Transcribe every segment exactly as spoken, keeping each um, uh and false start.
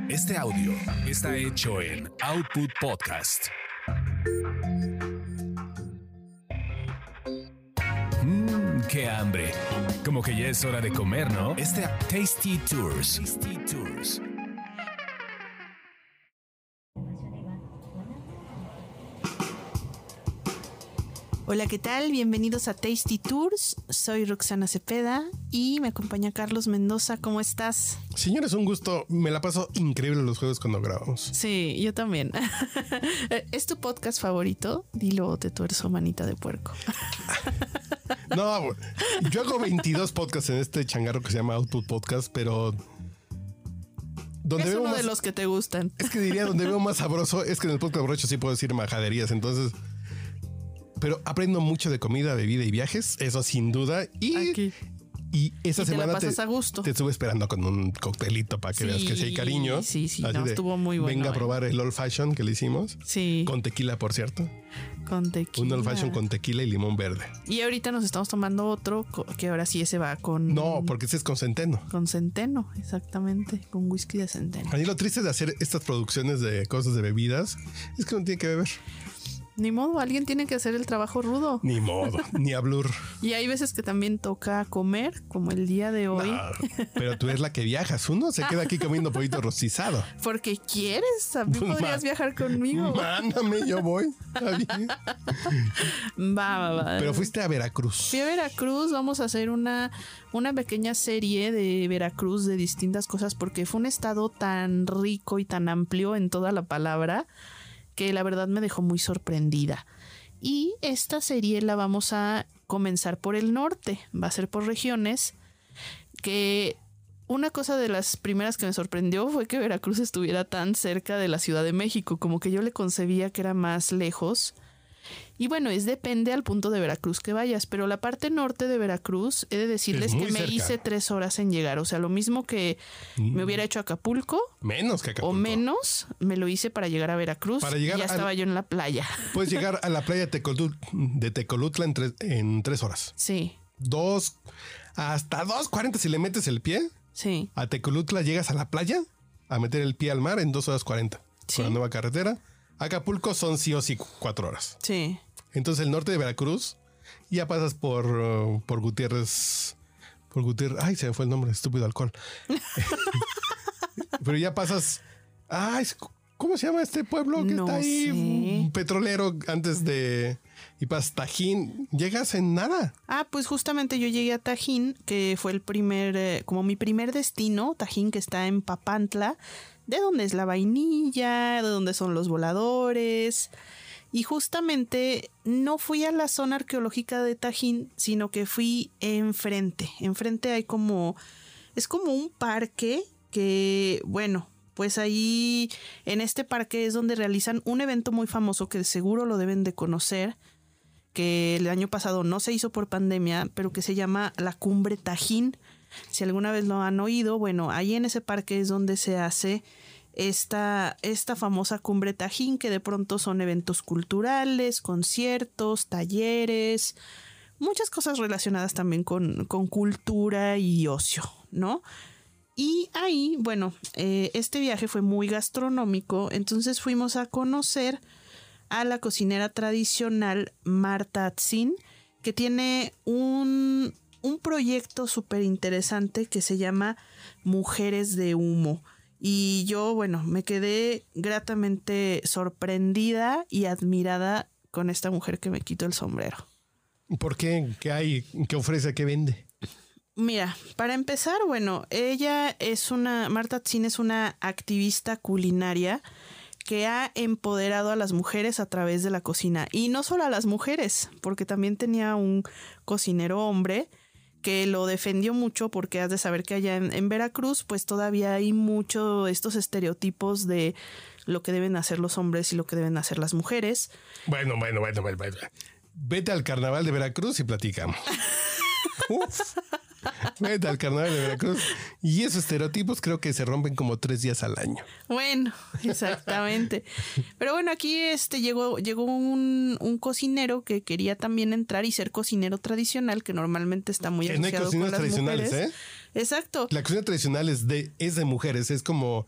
Este audio está hecho en Output Podcast. Mmm, qué hambre. Como que ya es hora de comer, ¿no? Este Tasty Tours. Tasty Tours. Hola, ¿qué tal? Bienvenidos a Tasty Tours. Soy Roxana Cepeda y me acompaña Carlos Mendoza. ¿Cómo estás? Señores, un gusto. Me la paso increíble los jueves cuando grabamos. Sí, yo también. ¿Es tu podcast favorito? Dilo o te tuerzo, manita de puerco. No, yo hago veintidós podcasts en este changarro que se llama Output Podcast, pero... Donde es uno más, de los que te gustan. Es que diría, donde veo más sabroso es que en el podcast borracho sí puedo decir majaderías, entonces... Pero aprendo mucho de comida, bebida y viajes, eso sin duda. Y, Aquí. y esa y semana te, la pasas a gusto. te estuve esperando con un coctelito para que sí, veas que sí hay cariño. Sí, sí, no, de, estuvo muy bueno. Venga a probar eh. el old fashion que le hicimos. Sí. Con tequila, por cierto. Con tequila. Un old fashion con tequila y limón verde. Y ahorita nos estamos tomando otro que ahora sí ese va con... No, porque ese es con centeno. Con centeno, exactamente. Con whisky de centeno. A mí lo triste de hacer estas producciones de cosas de bebidas es que uno tiene que beber. Ni modo, alguien tiene que hacer el trabajo rudo. Ni modo, ni a blur. Y hay veces que también toca comer, como el día de hoy. No, pero tú eres la que viajas. Uno se queda aquí comiendo pollito rostizado. Porque quieres, a mí pues podrías ma- viajar conmigo. Mándame, yo voy. Va, va, va. Pero fuiste a Veracruz. Fui a Veracruz, vamos a hacer una, una pequeña serie de Veracruz de distintas cosas porque fue un estado tan rico y tan amplio en toda la palabra que la verdad me dejó muy sorprendida. Y esta serie la vamos a comenzar por el norte, va a ser por regiones, que una cosa de las primeras que me sorprendió fue que Veracruz estuviera tan cerca de la Ciudad de México, como que yo le concebía que era más lejos. Y bueno, es depende al punto de Veracruz que vayas, pero la parte norte de Veracruz, he de decirles que me cerca. hice tres horas en llegar, o sea, lo mismo que mm. me hubiera hecho Acapulco. Menos que Acapulco. O menos, me lo hice para llegar a Veracruz. Para llegar y ya a, estaba yo en la playa. Puedes llegar a la playa de, Tecolut, de Tecolutla en tres, en tres horas. Sí. Dos, hasta dos cuarenta si le metes el pie. Sí. A Tecolutla llegas a la playa a meter el pie al mar en dos horas cuarenta. Sí. Con la nueva carretera. Acapulco son sí o sí cuatro horas. Sí. Entonces el norte de Veracruz ya pasas por, uh, por Gutiérrez, por Gutiérrez, ay, se me fue el nombre, estúpido alcohol. Pero ya pasas, ay, ¿cómo se llama este pueblo que no está ahí? Sé. Petrolero antes de, y pasas Tajín, llegas en nada. Ah, pues justamente yo llegué a Tajín, que fue el primer, eh, como mi primer destino, Tajín, que está en Papantla, de donde es la vainilla, de donde son los voladores. Y justamente no fui a la zona arqueológica de Tajín, sino que fui enfrente. Enfrente hay como... Es como un parque que, bueno, pues ahí en este parque es donde realizan un evento muy famoso que seguro lo deben de conocer, que el año pasado no se hizo por pandemia, pero que se llama la Cumbre Tajín. Si alguna vez lo han oído, bueno, ahí en ese parque es donde se hace... Esta, esta famosa Cumbre Tajín, que de pronto son eventos culturales, conciertos, talleres, muchas cosas relacionadas también con, con cultura y ocio, ¿no? Y ahí, bueno, eh, este viaje fue muy gastronómico, entonces fuimos a conocer a la cocinera tradicional Marta Atzin, que tiene un, un proyecto súper interesante que se llama Mujeres de Humo. Y yo, bueno, me quedé gratamente sorprendida y admirada con esta mujer que me quitó el sombrero. ¿Por qué? ¿Qué hay? ¿Qué ofrece? ¿Qué vende? Mira, para empezar, bueno, ella es una, Marta Atzin es una activista culinaria que ha empoderado a las mujeres a través de la cocina. Y no solo a las mujeres, porque también tenía un cocinero hombre que lo defendió mucho, porque has de saber que allá en, en Veracruz pues todavía hay mucho estos estereotipos de lo que deben hacer los hombres y lo que deben hacer las mujeres. Bueno, bueno, bueno, bueno, bueno. Vete al carnaval de Veracruz y platicamos. Uf. Vete al carnaval de Veracruz y esos estereotipos creo que se rompen como tres días al año. Bueno, exactamente. Pero bueno, aquí este llegó, llegó un, un cocinero que quería también entrar y ser cocinero tradicional, que normalmente está muy asociado no hay cocineros con las tradicionales, mujeres. ¿eh? Exacto. La cocina tradicional es de, es de mujeres, es como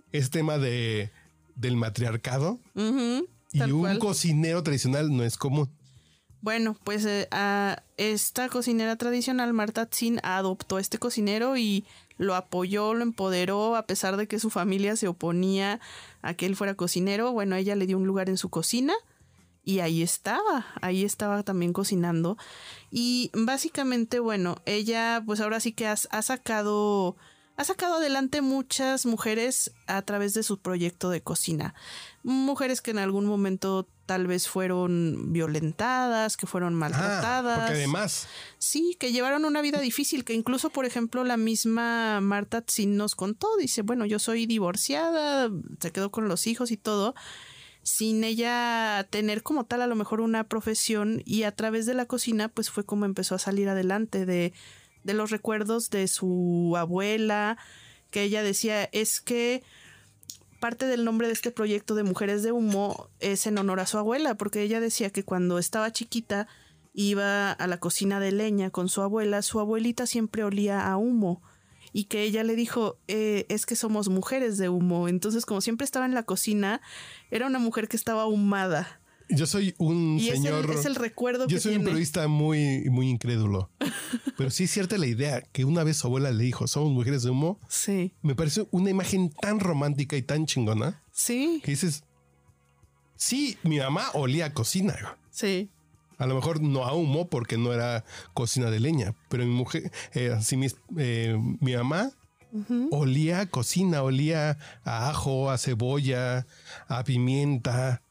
es tema de, del matriarcado. Uh-huh, y un cual. cocinero tradicional no es común. Bueno, pues eh, a esta cocinera tradicional, Marta Tzin, adoptó a este cocinero y lo apoyó, lo empoderó, a pesar de que su familia se oponía a que él fuera cocinero. Bueno, ella le dio un lugar en su cocina y ahí estaba, ahí estaba también cocinando. Y básicamente, bueno, ella pues ahora sí que ha, ha sacado... Ha sacado adelante muchas mujeres a través de su proyecto de cocina. Mujeres que en algún momento tal vez fueron violentadas, que fueron maltratadas. Ah, porque además... Sí, que llevaron una vida difícil, que incluso, por ejemplo, la misma Marta Tzin nos contó. Dice, bueno, yo soy divorciada, se quedó con los hijos y todo, sin ella tener como tal a lo mejor una profesión, y a través de la cocina pues fue como empezó a salir adelante de... de los recuerdos de su abuela, que ella decía, es que parte del nombre de este proyecto de Mujeres de Humo es en honor a su abuela, porque ella decía que cuando estaba chiquita iba a la cocina de leña con su abuela, su abuelita siempre olía a humo, y que ella le dijo, eh, es que somos mujeres de humo. Entonces, como siempre estaba en la cocina, era una mujer que estaba ahumada. Yo soy un y señor... Es el, es el recuerdo yo que soy tiene. un periodista muy, muy incrédulo. Pero sí es cierta la idea que una vez su abuela le dijo, somos mujeres de humo. Sí. Me parece una imagen tan romántica y tan chingona. Sí. Que dices, sí, mi mamá olía a cocina. Sí. A lo mejor no a humo porque no era cocina de leña. Pero mi mujer, eh, así mi, eh, mi mamá... Uh-huh. Olía a cocina, olía a ajo, a cebolla, a pimienta.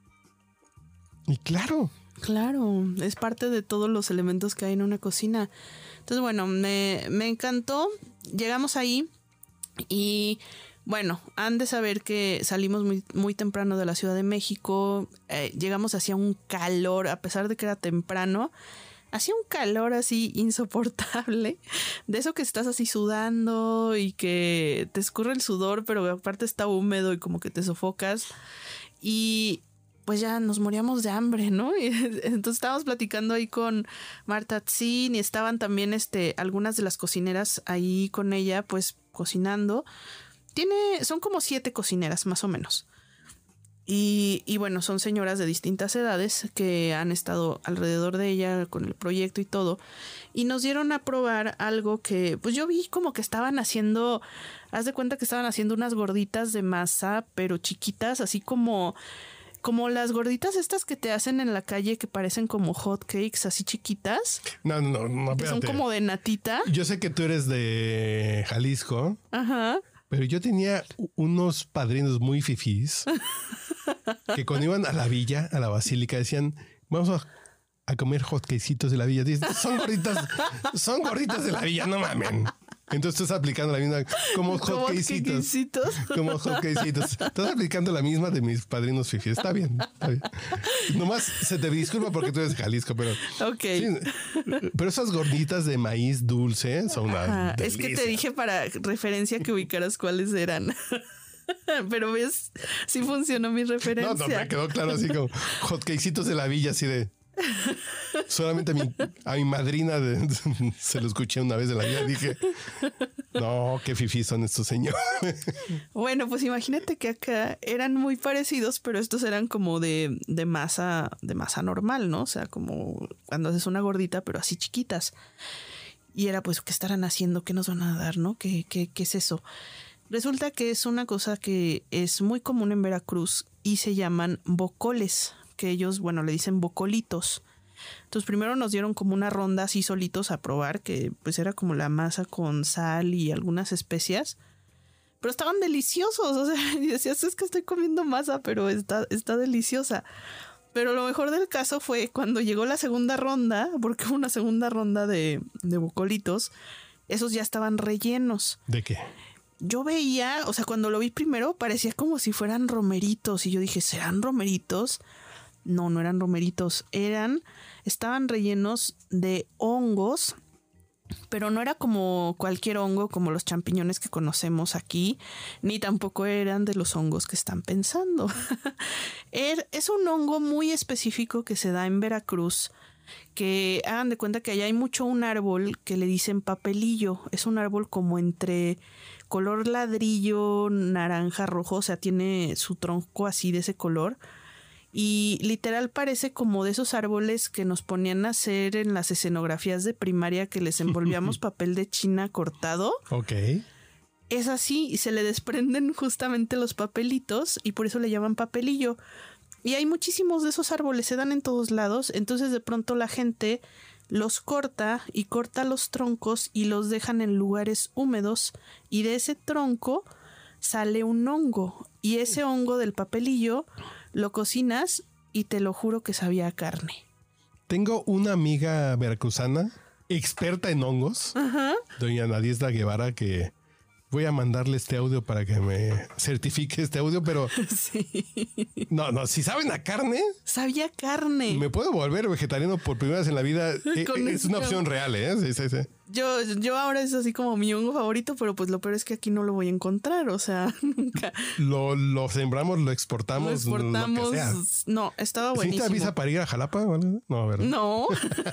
Y claro. Claro, es parte de todos los elementos que hay en una cocina. Entonces, bueno, me, me encantó. Llegamos ahí y, bueno, han de saber que salimos muy, muy temprano de la Ciudad de México. Eh, llegamos hacia un calor, a pesar de que era temprano. Hacía un calor así insoportable. De eso que estás así sudando y que te escurre el sudor, pero aparte está húmedo y como que te sofocas. Y... pues ya nos moríamos de hambre, ¿no? Y entonces estábamos platicando ahí con Marta Tzin y estaban también este, algunas de las cocineras ahí con ella, pues cocinando. Tiene, son como siete cocineras más o menos. Y, y bueno, son señoras de distintas edades que han estado alrededor de ella con el proyecto y todo. Y nos dieron a probar algo que, pues yo vi como que estaban haciendo, haz de cuenta que estaban haciendo unas gorditas de masa, pero chiquitas, así como... como las gorditas estas que te hacen en la calle que parecen como hot cakes así chiquitas. No, no, no, que son como de natita. Yo sé que tú eres de Jalisco. Ajá. Pero yo tenía unos padrinos muy fifís que cuando iban a la villa, a la basílica, decían, vamos a, a comer hot cakecitos de la villa. Dicen, son gorditas, son gorditas de la villa, no mamen. Entonces estás aplicando la misma como hot cakecitos. Como hot cakecitos. Estás aplicando la misma de mis padrinos fifi. Está bien, está bien. Nomás se te disculpa porque tú eres de Jalisco, pero... Ok. Sí, pero esas gorditas de maíz dulce son una Ajá, es que te dije para referencia que ubicaras cuáles eran. Pero ves, sí funcionó mi referencia. No, no, me quedó claro así como hot cakecitos de la villa, así de... Solamente a mi, a mi madrina de, se lo escuché una vez en la vida. Dije, no, qué fifí son estos señores. Bueno, pues imagínate que acá eran muy parecidos, pero estos eran como de, de masa, de masa normal, ¿no? O sea, como cuando haces una gordita, pero así chiquitas. Y era pues, ¿qué estarán haciendo? ¿Qué nos van a dar? ¿No? ¿Qué, qué, qué es eso? Resulta que es una cosa que es muy común en Veracruz y se llaman bocoles, que ellos, bueno, le dicen bocolitos. Entonces primero nos dieron como una ronda así solitos a probar, que pues era como la masa con sal y algunas especias, pero estaban deliciosos, o sea, y decías, es que estoy comiendo masa, pero está, está deliciosa. Pero lo mejor del caso fue cuando llegó la segunda ronda, porque hubo una segunda ronda de, de bocolitos, esos ya estaban rellenos. ¿De qué? Yo veía, o sea, cuando lo vi primero parecía como si fueran romeritos y yo dije, ¿serán romeritos? No, no eran romeritos, eran, estaban rellenos de hongos, pero no era como cualquier hongo, como los champiñones que conocemos aquí, ni tampoco eran de los hongos que están pensando. Es un hongo muy específico que se da en Veracruz, que hagan de cuenta que allá hay mucho un árbol que le dicen papelillo. Es un árbol como entre color ladrillo, naranja, rojo, o sea, tiene su tronco así de ese color. Y literal parece como de esos árboles que nos ponían a hacer en las escenografías de primaria que les envolvíamos papel de China cortado. Ok. Es así y se le desprenden justamente los papelitos y por eso le llaman papelillo. Y hay muchísimos de esos árboles, se dan en todos lados. Entonces de pronto la gente los corta y corta los troncos y los dejan en lugares húmedos. Y de ese tronco sale un hongo. Y ese hongo del papelillo lo cocinas y te lo juro que sabía a carne. Tengo una amiga veracruzana, experta en hongos, Ajá. doña Nadiesda Guevara, que voy a mandarle este audio para que me certifique este audio, pero Sí. no, no, si saben a carne, Sabía carne. me puedo volver vegetariano por primera vez en la vida. Eh, Con Es una eso. opción real, ¿eh? Sí, sí, sí. Yo, yo ahora es así como mi hongo favorito, pero pues lo peor es que aquí no lo voy a encontrar. O sea, nunca Lo, lo sembramos, lo lo exportamos, exportamos. lo que sea. No, estaba ¿Sí te buenísimo. avisa para ir a Jalapa? ¿Vale? No, a ver. No,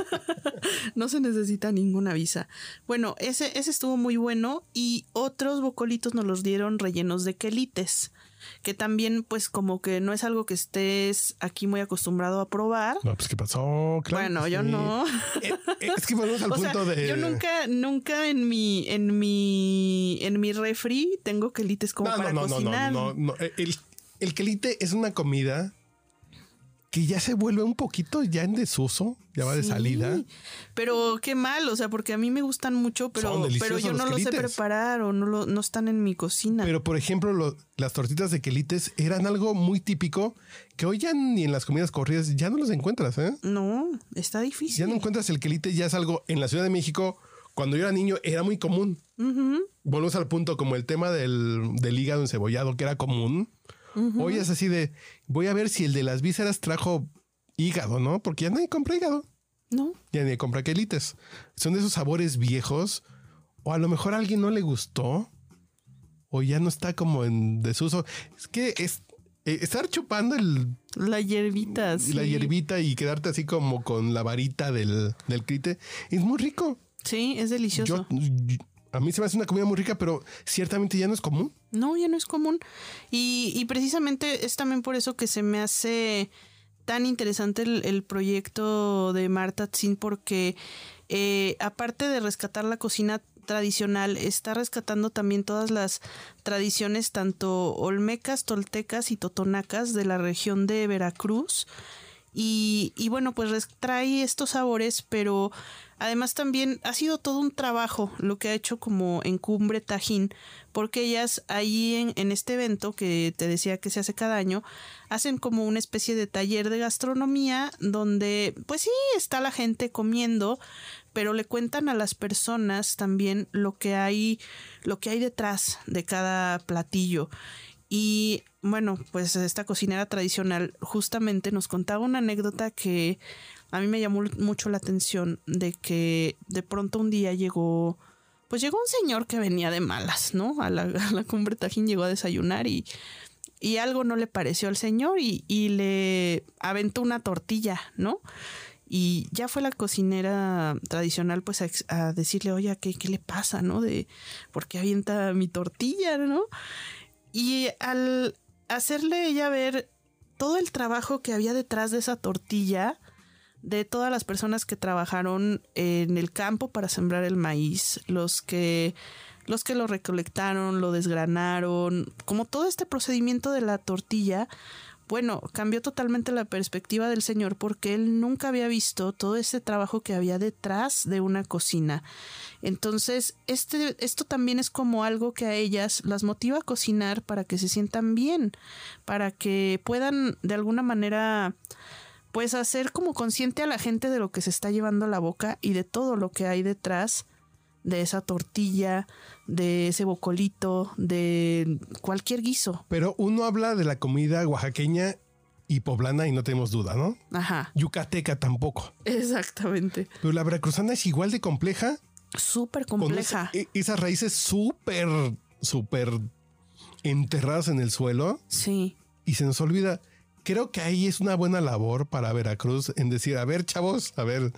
no se necesita ninguna visa. Bueno, ese, ese estuvo muy bueno y otros bocolitos nos los dieron rellenos de quelites, que también pues como que no es algo que estés aquí muy acostumbrado a probar. No, pues ¿qué pasó? Claro Bueno, que yo sí. no. Eh, eh, es que volvemos al O sea, punto de... yo nunca, nunca en mi, en mi, en mi refri tengo quelites como no, para no, no, cocinar. no, no, no. El, el quelite es una comida que ya se vuelve un poquito ya en desuso, ya va de Sí, salida. pero qué mal, o sea, porque a mí me gustan mucho, pero, Son deliciosos pero yo los no los sé quelites. preparar o no, lo, no están en mi cocina. Pero, por ejemplo, lo- las tortitas de quelites eran algo muy típico que hoy ya ni en las comidas corridas ya no los encuentras, ¿eh? No, está difícil. Ya no encuentras el quelite, ya es algo en la Ciudad de México. Cuando yo era niño era muy común. Ujú. Volvemos al punto como el tema del, del hígado encebollado, que era común. Hoy es así de, voy a ver si el de las vísceras trajo hígado, ¿no? Porque ya nadie compra hígado, No, ya nadie compra quelites. Son de esos sabores viejos, o a lo mejor a alguien no le gustó, o ya no está como en desuso. Es que es eh, estar chupando el, la hierbita, sí. la hierbita y quedarte así como con la varita del, del quelite es muy rico. Sí, es delicioso. Yo, yo- a mí se me hace una comida muy rica, pero ciertamente ya no es común. No, ya no es común. Y, y precisamente es también por eso que se me hace tan interesante el, el proyecto de Marta Tzin, porque eh, aparte de rescatar la cocina tradicional, está rescatando también todas las tradiciones, tanto olmecas, toltecas y totonacas de la región de Veracruz. Y, y bueno, pues res- trae estos sabores, pero además también ha sido todo un trabajo lo que ha hecho como en Cumbre Tajín, porque ellas ahí en, en este evento que te decía que se hace cada año, hacen como una especie de taller de gastronomía donde pues sí está la gente comiendo, pero le cuentan a las personas también lo que hay, lo que hay detrás de cada platillo. Y bueno, pues esta cocinera tradicional justamente nos contaba una anécdota que a mí me llamó mucho la atención, de que de pronto un día llegó, pues llegó un señor que venía de malas, ¿no? A la, a la Cumbre Tajín llegó a desayunar y, y algo no le pareció al señor y, y le aventó una tortilla, ¿no? Y ya fue la cocinera tradicional pues a, ex- a decirle, oye, ¿qué, ¿qué le pasa, no? De, ¿por qué avienta mi tortilla, no? Y al hacerle ella ver todo el trabajo que había detrás de esa tortilla, de todas las personas que trabajaron en el campo para sembrar el maíz, los que, los que lo recolectaron, lo desgranaron, como todo este procedimiento de la tortilla, bueno, cambió totalmente la perspectiva del señor porque él nunca había visto todo ese trabajo que había detrás de una cocina. Entonces, este, esto también es como algo que a ellas las motiva a cocinar para que se sientan bien, para que puedan de alguna manera pues hacer como consciente a la gente de lo que se está llevando a la boca y de todo lo que hay detrás de esa tortilla, de ese bocolito, de cualquier guiso. Pero uno habla de la comida oaxaqueña y poblana y no tenemos duda, ¿no? Ajá, Yucateca tampoco. exactamente. Pero la veracruzana es igual de compleja. Súper Con compleja. esa- e- esas raíces súper, súper enterradas en el suelo Sí, y se nos olvida creo que ahí es una buena labor para Veracruz en decir, a ver, chavos, a ver,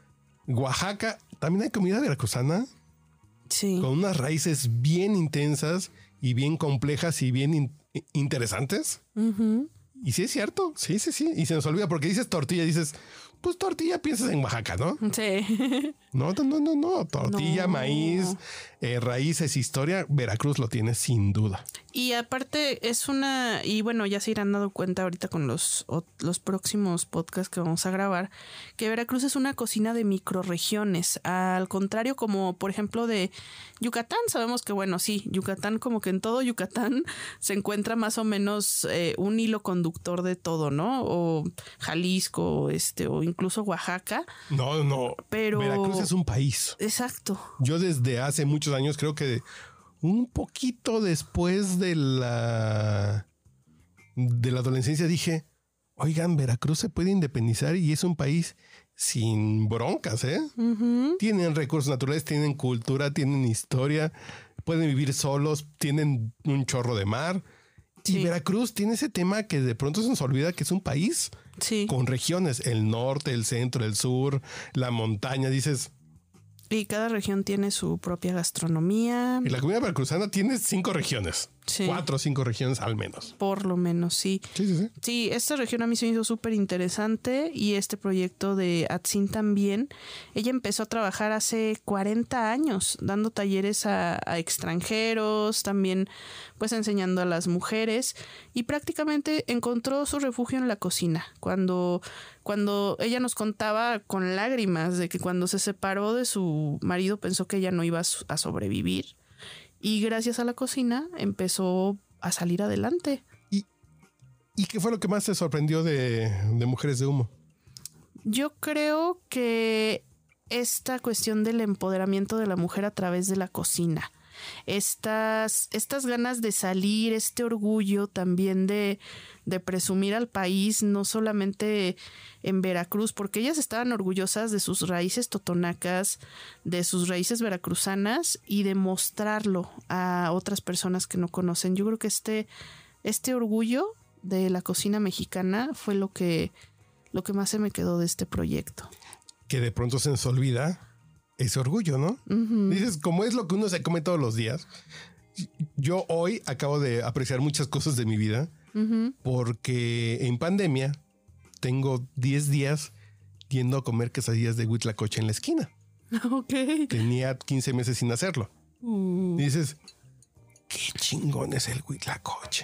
Oaxaca, también hay comida veracruzana. Sí. Con unas raíces bien intensas y bien complejas y bien in- interesantes. Uh-huh. Y sí es cierto, sí, sí, sí. Y se nos olvida porque dices tortilla, dices, pues tortilla piensas en Oaxaca, ¿no? Sí. No, no, no, no, no. Tortilla, No. maíz, eh, raíces, historia. Veracruz lo tiene sin duda. Y aparte es una, y bueno, ya se irán dando cuenta ahorita con los, o- los próximos podcasts que vamos a grabar, que Veracruz es una cocina de microrregiones, al contrario como por ejemplo de Yucatán. Sabemos que bueno, sí, Yucatán, como que en todo Yucatán se encuentra más o menos eh, un hilo conductor de todo, ¿no? O Jalisco, este, o incluso Oaxaca. No, no. Pero- Veracruz es un país. Exacto. Yo desde hace muchos años, creo que un poquito después de la de la adolescencia, dije, oigan, Veracruz se puede independizar y es un país sin broncas, ¿eh? Uh-huh. Tienen recursos naturales, tienen cultura, tienen historia, pueden vivir solos, tienen un chorro de mar. Sí. Y Veracruz tiene ese tema que de pronto se nos olvida que es un país Sí. con regiones, el norte, el centro, el sur, la montaña. Dices, Y cada región tiene su propia gastronomía. y la comida veracruzana tiene cinco regiones, Sí. cuatro o cinco regiones al menos. Por lo menos, sí. Sí, sí, sí. Sí, esta región a mí se me hizo súper interesante y este proyecto de Atzin también. Ella empezó a trabajar hace cuarenta años, dando talleres a, a extranjeros, también pues enseñando a las mujeres y prácticamente encontró su refugio en la cocina. Cuando, cuando ella nos contaba con lágrimas de que cuando se separó de su marido pensó que ella no iba a, so- a sobrevivir y gracias a la cocina empezó a salir adelante. ¿Y qué fue lo que más te sorprendió de, de Mujeres de Humo? Yo creo que esta cuestión del empoderamiento de la mujer a través de la cocina, estas, estas ganas de salir, este orgullo también de, de presumir al país, no solamente en Veracruz, porque ellas estaban orgullosas de sus raíces totonacas, de sus raíces veracruzanas y de mostrarlo a otras personas que no conocen. Yo creo que este, este orgullo de la cocina mexicana fue lo que, lo que más se me quedó de este proyecto. Que de pronto se nos olvida ese orgullo, ¿no? Uh-huh. Dices, como es lo que uno se come todos los días. Yo hoy acabo de apreciar muchas cosas de mi vida Uh-huh. porque en pandemia tengo diez días yendo a comer quesadillas de huitlacoche en la esquina. Ok. Tenía quince meses sin hacerlo. Uh. Y dices, qué chingón es el huitlacoche.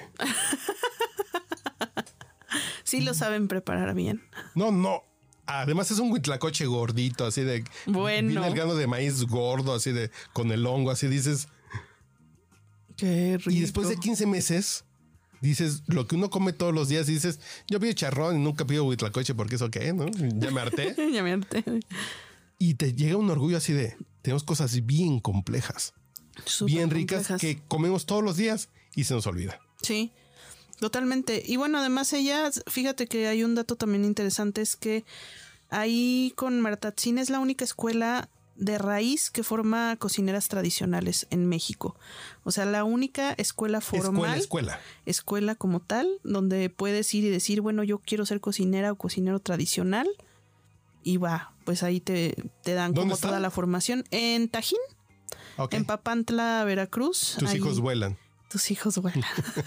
Sí lo saben preparar bien. No, no. Además es un huitlacoche gordito, así de... Bueno. Viene el grano de maíz gordo, así de... Con el hongo, así dices... Qué rico. Y después de quince meses, dices, lo que uno come todos los días, dices, yo pido charrón y nunca pido huitlacoche porque eso qué, ¿no? Ya me harté. Ya me harté. Y te llega un orgullo así de, tenemos cosas bien complejas, Súper bien ricas complejas. que comemos todos los días y se nos olvida. Sí, totalmente. Y bueno, además ella, fíjate que hay un dato también interesante, es que ahí con Martatzin es la única escuela de raíz que forma cocineras tradicionales en México. O sea, la única escuela formal, Escuela, escuela. escuela como tal, donde puedes ir y decir, bueno, yo quiero ser cocinera o cocinero tradicional. Y va, pues ahí te, te dan ¿Dónde como está? toda la formación. En Tajín, Ok. en Papantla, Veracruz. Tus ahí- hijos vuelan. Tus hijos vuelan.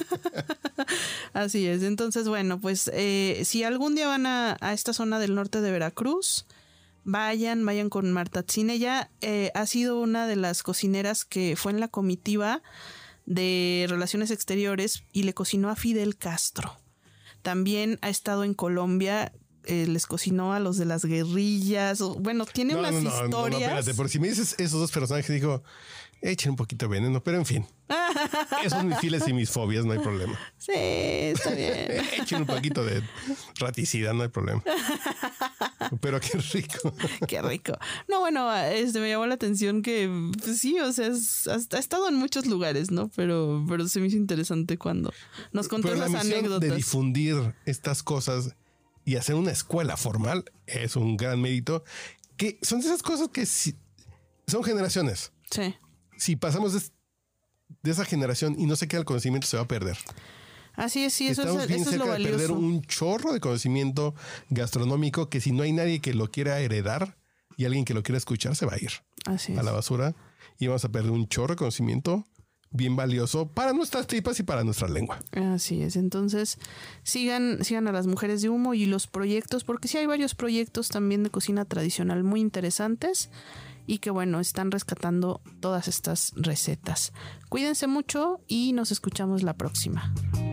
Así es. Entonces, bueno, pues eh, si algún día van a, a esta zona del norte de Veracruz, vayan, vayan con Martatzin. Ella eh, ha sido una de las cocineras que fue en la comitiva de Relaciones Exteriores y le cocinó a Fidel Castro. También ha estado en Colombia, eh, les cocinó a los de las guerrillas. o- Bueno, tiene No, unas no, no, no, no, historias. espérate, porque si me dices esos dos personajes, digo, echen un poquito de veneno, pero en fin. Esos son mis files y mis fobias, no hay problema. Sí, está bien. Echen un poquito de raticida, no hay problema. Pero qué rico. Qué rico. No, bueno, este me llamó la atención que pues sí, o sea, es- ha, ha estado en muchos lugares, ¿no? Pero, pero se me hizo interesante cuando nos contó Pero la las misión anécdotas. de difundir estas cosas y hacer una escuela formal es un gran mérito. Que son esas cosas que si- son generaciones. Sí. Si pasamos de, de esa generación y no se queda el conocimiento, se va a perder. Así es, sí, eso Estamos es, bien eso es lo cerca de perder valioso. un chorro de conocimiento gastronómico que si no hay nadie que lo quiera heredar y alguien que lo quiera escuchar, se va a ir Así es. a la basura y vamos a perder un chorro de conocimiento bien valioso para nuestras tripas y para nuestra lengua. Así es. Entonces, sigan, sigan a las Mujeres de Humo y los proyectos, porque sí hay varios proyectos también de cocina tradicional muy interesantes y que, bueno, están rescatando todas estas recetas. Cuídense mucho y nos escuchamos la próxima.